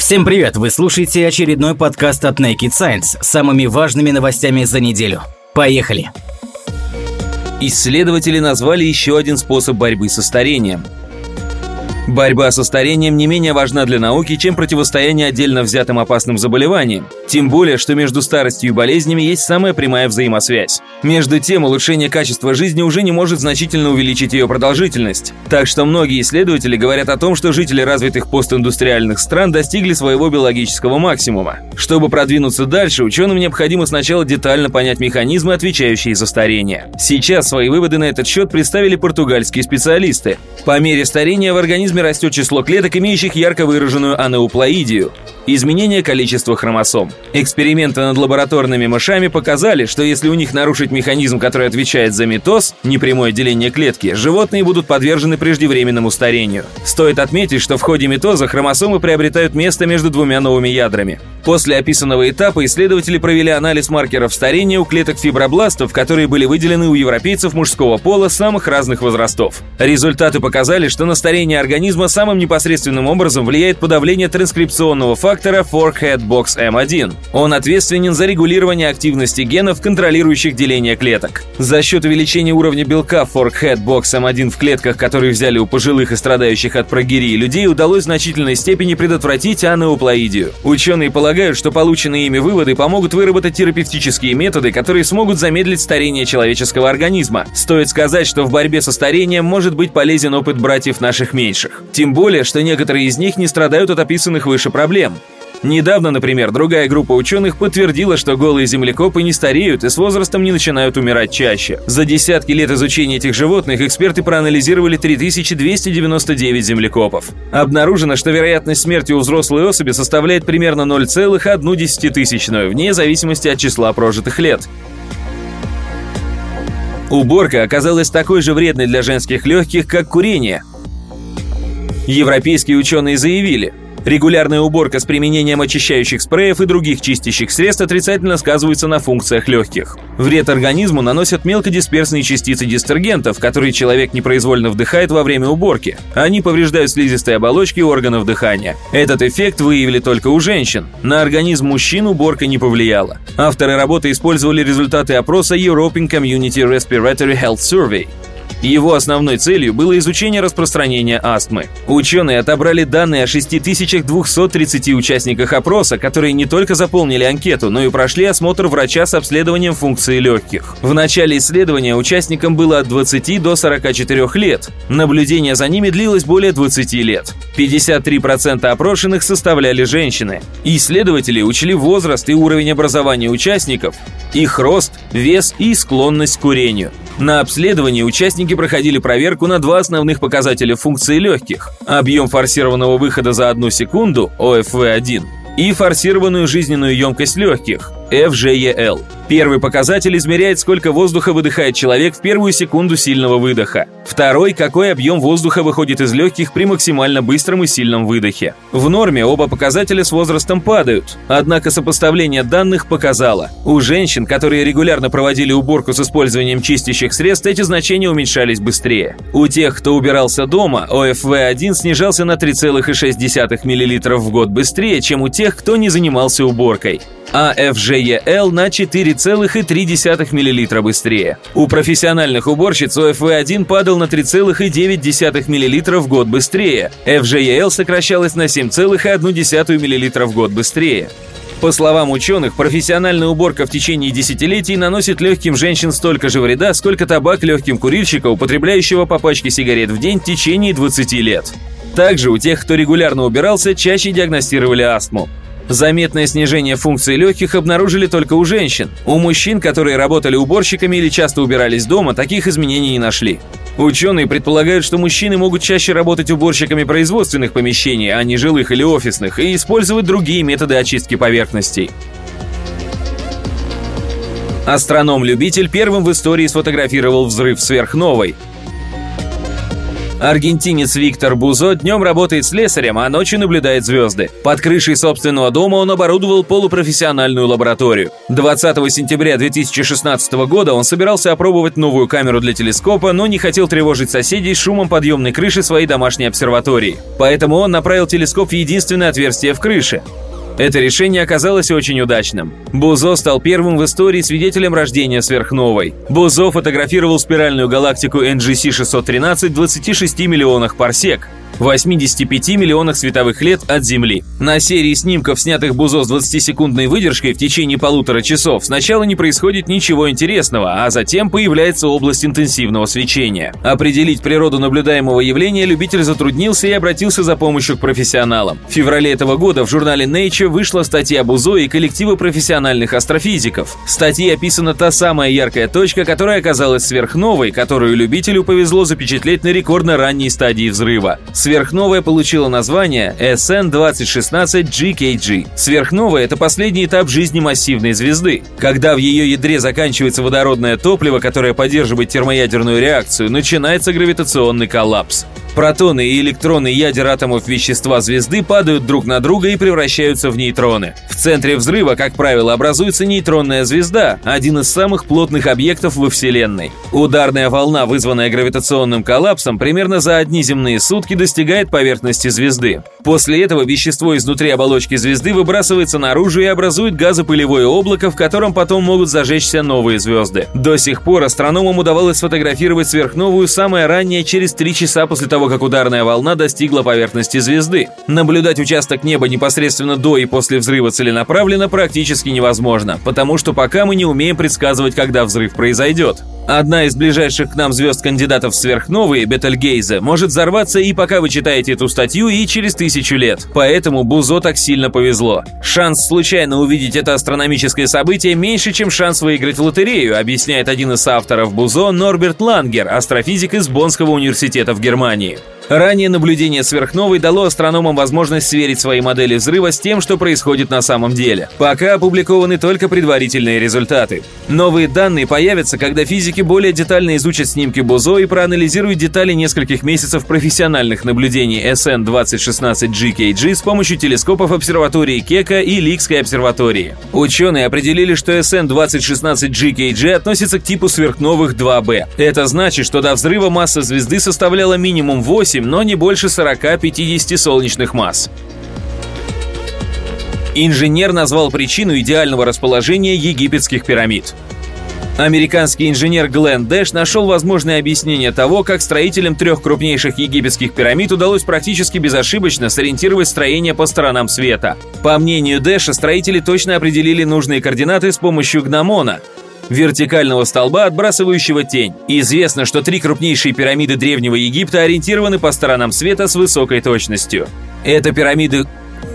Всем привет! Вы слушаете очередной подкаст от Naked Science с самыми важными новостями за неделю. Поехали! Исследователи назвали еще один способ борьбы со старением. Борьба со старением не менее важна для науки, чем противостояние отдельно взятым опасным заболеваниям. Тем более, что между старостью и болезнями есть самая прямая взаимосвязь. Между тем, улучшение качества жизни уже не может значительно увеличить ее продолжительность. Так что многие исследователи говорят о том, что жители развитых постиндустриальных стран достигли своего биологического максимума. Чтобы продвинуться дальше, ученым необходимо сначала детально понять механизмы, отвечающие за старение. Сейчас свои выводы на этот счет представили португальские специалисты. По мере старения в организме растет число клеток, имеющих ярко выраженную анеуплоидию – изменение количества хромосом. Эксперименты над лабораторными мышами показали, что если у них нарушить механизм, который отвечает за митоз, непрямое деление клетки, животные будут подвержены преждевременному старению. Стоит отметить, что в ходе митоза хромосомы приобретают место между двумя новыми ядрами. После описанного этапа исследователи провели анализ маркеров старения у клеток фибробластов, которые были выделены у европейцев мужского пола самых разных возрастов. Результаты показали, что на старение организма самым непосредственным образом влияет подавление транскрипционного фактора 4-HEAD-BOX-M1. Он ответственен за регулирование активности генов, контролирующих деление клеток. За счет увеличения уровня белка 4-HEAD-BOX-M1 в клетках, которые взяли у пожилых и страдающих от прогерии людей, удалось в значительной степени предотвратить анеуплоидию. Ученые полагают, что полученные ими выводы помогут выработать терапевтические методы, которые смогут замедлить старение человеческого организма. Стоит сказать, что в борьбе со старением может быть полезен опыт братьев наших меньших. Тем более, что некоторые из них не страдают от описанных выше проблем. Недавно, например, другая группа ученых подтвердила, что голые землекопы не стареют и с возрастом не начинают умирать чаще. За десятки лет изучения этих животных эксперты проанализировали 3299 землекопов. Обнаружено, что вероятность смерти у взрослой особи составляет примерно 0,1 вне зависимости от числа прожитых лет. Уборка оказалась такой же вредной для женских легких, как курение. Европейские ученые заявили, регулярная уборка с применением очищающих спреев и других чистящих средств отрицательно сказывается на функциях легких. Вред организму наносят мелкодисперсные частицы дистергентов, которые человек непроизвольно вдыхает во время уборки. Они повреждают слизистые оболочки органов дыхания. Этот эффект выявили только у женщин. На организм мужчин уборка не повлияла. Авторы работы использовали результаты опроса European Community Respiratory Health Survey. Его основной целью было изучение распространения астмы. Ученые отобрали данные о 6230 участниках опроса, которые не только заполнили анкету, но и прошли осмотр врача с обследованием функции легких. В начале исследования участникам было от 20 до 44 лет. Наблюдение за ними длилось более 20 лет. 53% опрошенных составляли женщины. Исследователи учли возраст и уровень образования участников, их рост, вес и склонность к курению. На обследовании участники проходили проверку на два основных показателя функции легких – объем форсированного выхода за 1 секунду, ОФВ-1, и форсированную жизненную емкость легких, FGEL. Первый показатель измеряет, сколько воздуха выдыхает человек в первую секунду сильного выдоха. Второй – какой объем воздуха выходит из легких при максимально быстром и сильном выдохе. В норме оба показателя с возрастом падают. Однако сопоставление данных показало, у женщин, которые регулярно проводили уборку с использованием чистящих средств, эти значения уменьшались быстрее. У тех, кто убирался дома, ОФВ-1 снижался на 3,6 мл в год быстрее, чем у тех, кто не занимался уборкой. А FGEL на 4,3 мл быстрее. У профессиональных уборщиц ОФВ-1 падал на 3,9 мл в год быстрее. FGEL сокращалась на 7,1 мл в год быстрее. По словам ученых, профессиональная уборка в течение десятилетий наносит легким женщин столько же вреда, сколько табак легким курильщика, употребляющего по пачке сигарет в день в течение 20 лет. Также у тех, кто регулярно убирался, чаще диагностировали астму. Заметное снижение функции легких обнаружили только у женщин. У мужчин, которые работали уборщиками или часто убирались дома, таких изменений не нашли. Ученые предполагают, что мужчины могут чаще работать уборщиками производственных помещений, а не жилых или офисных, и использовать другие методы очистки поверхностей. Астроном-любитель первым в истории сфотографировал взрыв сверхновой. Аргентинец Виктор Бузо днем работает слесарем, а ночью наблюдает звезды. Под крышей собственного дома он оборудовал полупрофессиональную лабораторию. 20 сентября 2016 года он собирался опробовать новую камеру для телескопа, но не хотел тревожить соседей шумом подъемной крыши своей домашней обсерватории. Поэтому он направил телескоп в единственное отверстие в крыше. Это решение оказалось очень удачным. Бузо стал первым в истории свидетелем рождения сверхновой. Бузо фотографировал спиральную галактику NGC 613 в 26 миллионах парсек, 85 миллионах световых лет от Земли. На серии снимков, снятых Бузо с 20-секундной выдержкой в течение 1,5 часов, сначала не происходит ничего интересного, а затем появляется область интенсивного свечения. Определить природу наблюдаемого явления любитель затруднился и обратился за помощью к профессионалам. В феврале этого года в журнале Nature вышла статья Бузо и коллектива профессиональных астрофизиков. В статье описана та самая яркая точка, которая оказалась сверхновой, которую любителю повезло запечатлеть на рекордно ранней стадии взрыва. Сверхновая получила название SN2016-GKG. Сверхновая – это последний этап жизни массивной звезды. Когда в ее ядре заканчивается водородное топливо, которое поддерживает термоядерную реакцию, начинается гравитационный коллапс. Протоны и электроны ядер атомов вещества звезды падают друг на друга и превращаются в нейтроны. В центре взрыва, как правило, образуется нейтронная звезда, один из самых плотных объектов во Вселенной. Ударная волна, вызванная гравитационным коллапсом, примерно за одни земные сутки достигает поверхности звезды. После этого вещество изнутри оболочки звезды выбрасывается наружу и образует газопылевое облако, в котором потом могут зажечься новые звезды. До сих пор астрономам удавалось сфотографировать сверхновую самое раннее через 3 часа после того, как ударная волна достигла поверхности звезды. Наблюдать участок неба непосредственно до и после взрыва целенаправленно практически невозможно, потому что пока мы не умеем предсказывать, когда взрыв произойдет. Одна из ближайших к нам звезд-кандидатов в сверхновые, Бетельгейзе, может взорваться и пока вы читаете эту статью, и через 1000 лет. Поэтому Бузо так сильно повезло. Шанс случайно увидеть это астрономическое событие меньше, чем шанс выиграть в лотерею, объясняет один из авторов Бузо Норберт Лангер, астрофизик из Боннского университета в Германии. Ранее наблюдение сверхновой дало астрономам возможность сверить свои модели взрыва с тем, что происходит на самом деле. Пока опубликованы только предварительные результаты. Новые данные появятся, когда физики более детально изучат снимки Бузо и проанализируют детали нескольких месяцев профессиональных наблюдений SN2016-GKG с помощью телескопов обсерватории Кека и Ликской обсерватории. Ученые определили, что SN2016-GKG относится к типу сверхновых 2b. Это значит, что до взрыва масса звезды составляла минимум 8, но не больше 40-50 солнечных масс. Инженер назвал причину идеального расположения египетских пирамид. Американский инженер Глен Дэш нашел возможное объяснение того, как строителям 3 крупнейших египетских пирамид удалось практически безошибочно сориентировать строение по сторонам света. По мнению Дэша, строители точно определили нужные координаты с помощью гномона – вертикального столба, отбрасывающего тень. Известно, что 3 крупнейшие пирамиды Древнего Египта ориентированы по сторонам света с высокой точностью. Это пирамиды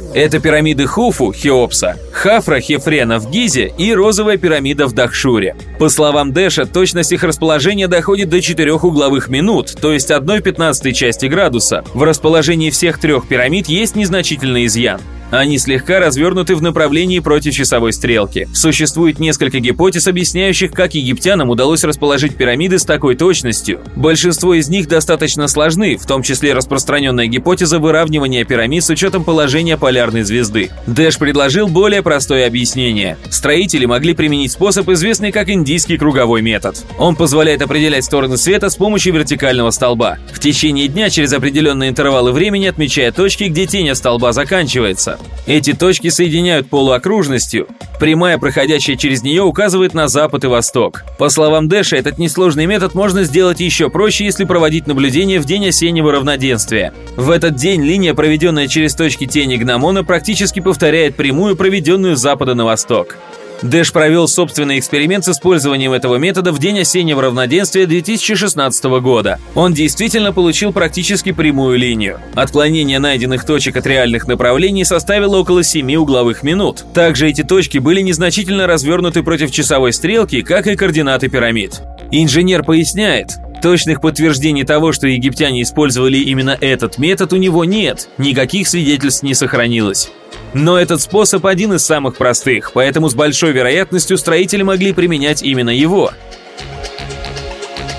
Хуфу, Хеопса, Хафра, Хефрена в Гизе и розовая пирамида в Дахшуре. По словам Дэша, точность их расположения доходит до 4 угловых минут, то есть 1/15 части градуса. В расположении всех 3 пирамид есть незначительный изъян. Они слегка развернуты в направлении против часовой стрелки. Существует несколько гипотез, объясняющих, как египтянам удалось расположить пирамиды с такой точностью. Большинство из них достаточно сложны, в том числе распространенная гипотеза выравнивания пирамид с учетом положения полярной звезды. Дэш предложил более простое объяснение. Строители могли применить способ, известный как индийский круговой метод. Он позволяет определять стороны света с помощью вертикального столба. В течение дня через определенные интервалы времени отмечая точки, где тень от столба заканчивается. Эти точки соединяют полуокружностью. Прямая, проходящая через нее, указывает на запад и восток. По словам Дэша, этот несложный метод можно сделать еще проще, если проводить наблюдения в день осеннего равноденствия. В этот день линия, проведенная через точки тени гномона, практически повторяет прямую, проведенную с запада на восток. Дэш провел собственный эксперимент с использованием этого метода в день осеннего равноденствия 2016 года. Он действительно получил практически прямую линию. Отклонение найденных точек от реальных направлений составило около 7 угловых минут. Также эти точки были незначительно развернуты против часовой стрелки, как и координаты пирамид. Инженер поясняет: точных подтверждений того, что египтяне использовали именно этот метод, у него нет, никаких свидетельств не сохранилось. Но этот способ один из самых простых, поэтому с большой вероятностью строители могли применять именно его.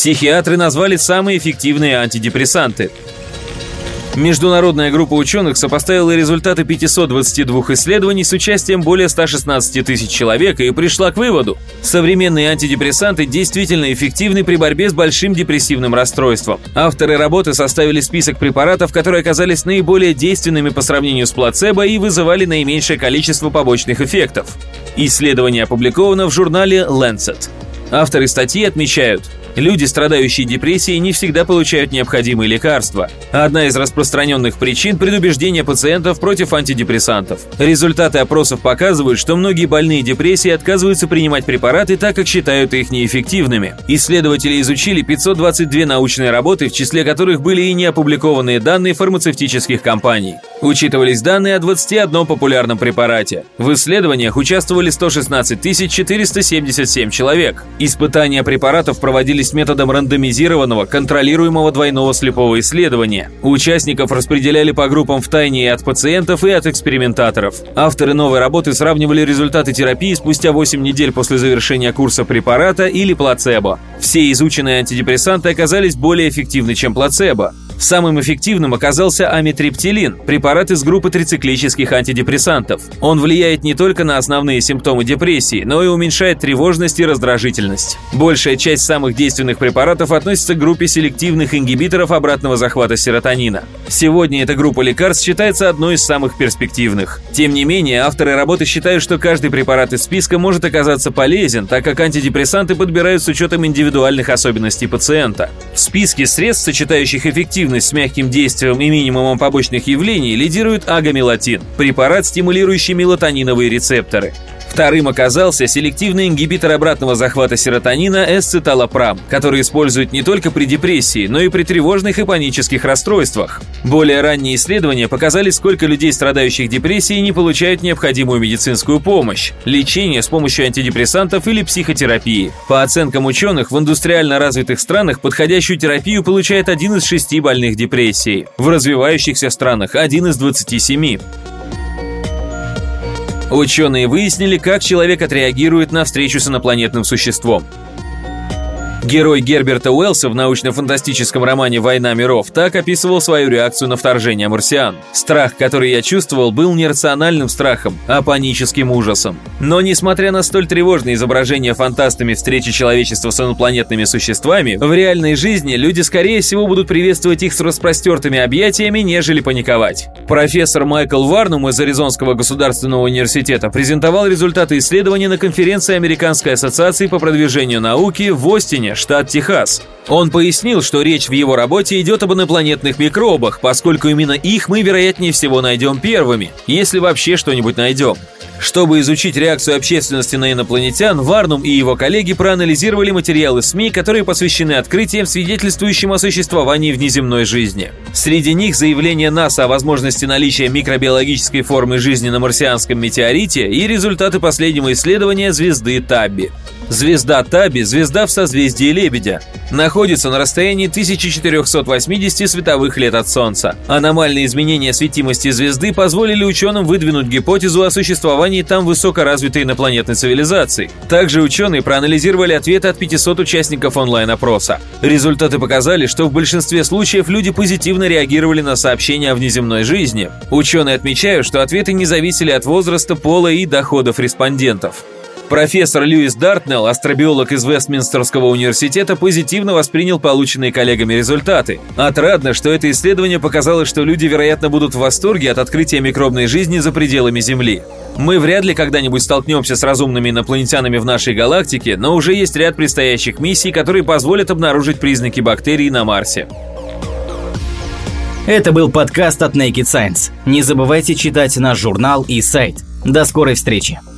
Психиатры назвали самые эффективные антидепрессанты. Международная группа ученых сопоставила результаты 522 исследований с участием более 116 тысяч человек и пришла к выводу: современные антидепрессанты действительно эффективны при борьбе с большим депрессивным расстройством. Авторы работы составили список препаратов, которые оказались наиболее действенными по сравнению с плацебо и вызывали наименьшее количество побочных эффектов. Исследование опубликовано в журнале Lancet. Авторы статьи отмечают: люди, страдающие депрессией, не всегда получают необходимые лекарства. Одна из распространенных причин – предубеждение пациентов против антидепрессантов. Результаты опросов показывают, что многие больные депрессией отказываются принимать препараты, так как считают их неэффективными. Исследователи изучили 522 научные работы, в числе которых были и неопубликованные данные фармацевтических компаний. Учитывались данные о 21 популярном препарате. В исследованиях участвовали 116 477 человек. Испытания препаратов проводились методом рандомизированного, контролируемого двойного слепого исследования. Участников распределяли по группам втайне и от пациентов, и от экспериментаторов. Авторы новой работы сравнивали результаты терапии спустя 8 недель после завершения курса препарата или плацебо. Все изученные антидепрессанты оказались более эффективны, чем плацебо. Самым эффективным оказался амитриптилин, препарат из группы трициклических антидепрессантов. Он влияет не только на основные симптомы депрессии, но и уменьшает тревожность и раздражительность. Большая часть самых действенных препаратов относится к группе селективных ингибиторов обратного захвата серотонина. Сегодня эта группа лекарств считается одной из самых перспективных. Тем не менее, авторы работы считают, что каждый препарат из списка может оказаться полезен, так как антидепрессанты подбирают с учетом индивидуальных особенностей пациента. В списке средств, сочетающих эффективность с мягким действием и минимумом побочных явлений, лидирует агамелатин – препарат, стимулирующий мелатониновые рецепторы. Вторым оказался селективный ингибитор обратного захвата серотонина эсциталопрам, который используют не только при депрессии, но и при тревожных и панических расстройствах. Более ранние исследования показали, сколько людей, страдающих депрессией, не получают необходимую медицинскую помощь, лечение с помощью антидепрессантов или психотерапии. По оценкам ученых, в индустриально развитых странах подходящую терапию получает 1 из 6 больных депрессией, в развивающихся странах – 1 из 27. Ученые выяснили, как человек отреагирует на встречу с инопланетным существом. Герой Герберта Уэллса в научно-фантастическом романе «Война миров» так описывал свою реакцию на вторжение марсиан. «Страх, который я чувствовал, был не рациональным страхом, а паническим ужасом. Но, несмотря на столь тревожные изображения фантастами встречи человечества с инопланетными существами, в реальной жизни люди, скорее всего, будут приветствовать их с распростертыми объятиями, нежели паниковать». Профессор Майкл Варнум из Аризонского государственного университета презентовал результаты исследования на конференции Американской ассоциации по продвижению науки в Остине, штат Техас. Он пояснил, что речь в его работе идет об инопланетных микробах, поскольку именно их мы, вероятнее всего, найдем первыми, если вообще что-нибудь найдем. Чтобы изучить реакцию общественности на инопланетян, Варнум и его коллеги проанализировали материалы СМИ, которые посвящены открытиям, свидетельствующим о существовании внеземной жизни. Среди них заявление НАСА о возможности наличия микробиологической формы жизни на марсианском метеорите и результаты последнего исследования звезды Табби. Звезда Табби – звезда в созвездии Лебедя. Находится на расстоянии 1480 световых лет от Солнца. Аномальные изменения светимости звезды позволили ученым выдвинуть гипотезу о существовании там высокоразвитой инопланетной цивилизации. Также ученые проанализировали ответы от 500 участников онлайн-опроса. Результаты показали, что в большинстве случаев люди позитивно реагировали на сообщения о внеземной жизни. Ученые отмечают, что ответы не зависели от возраста, пола и доходов респондентов. Профессор Льюис Дартнелл, астробиолог из Вестминстерского университета, позитивно воспринял полученные коллегами результаты. Отрадно, что это исследование показало, что люди, вероятно, будут в восторге от открытия микробной жизни за пределами Земли. Мы вряд ли когда-нибудь столкнемся с разумными инопланетянами в нашей галактике, но уже есть ряд предстоящих миссий, которые позволят обнаружить признаки бактерий на Марсе. Это был подкаст от Naked Science. Не забывайте читать наш журнал и сайт. До скорой встречи!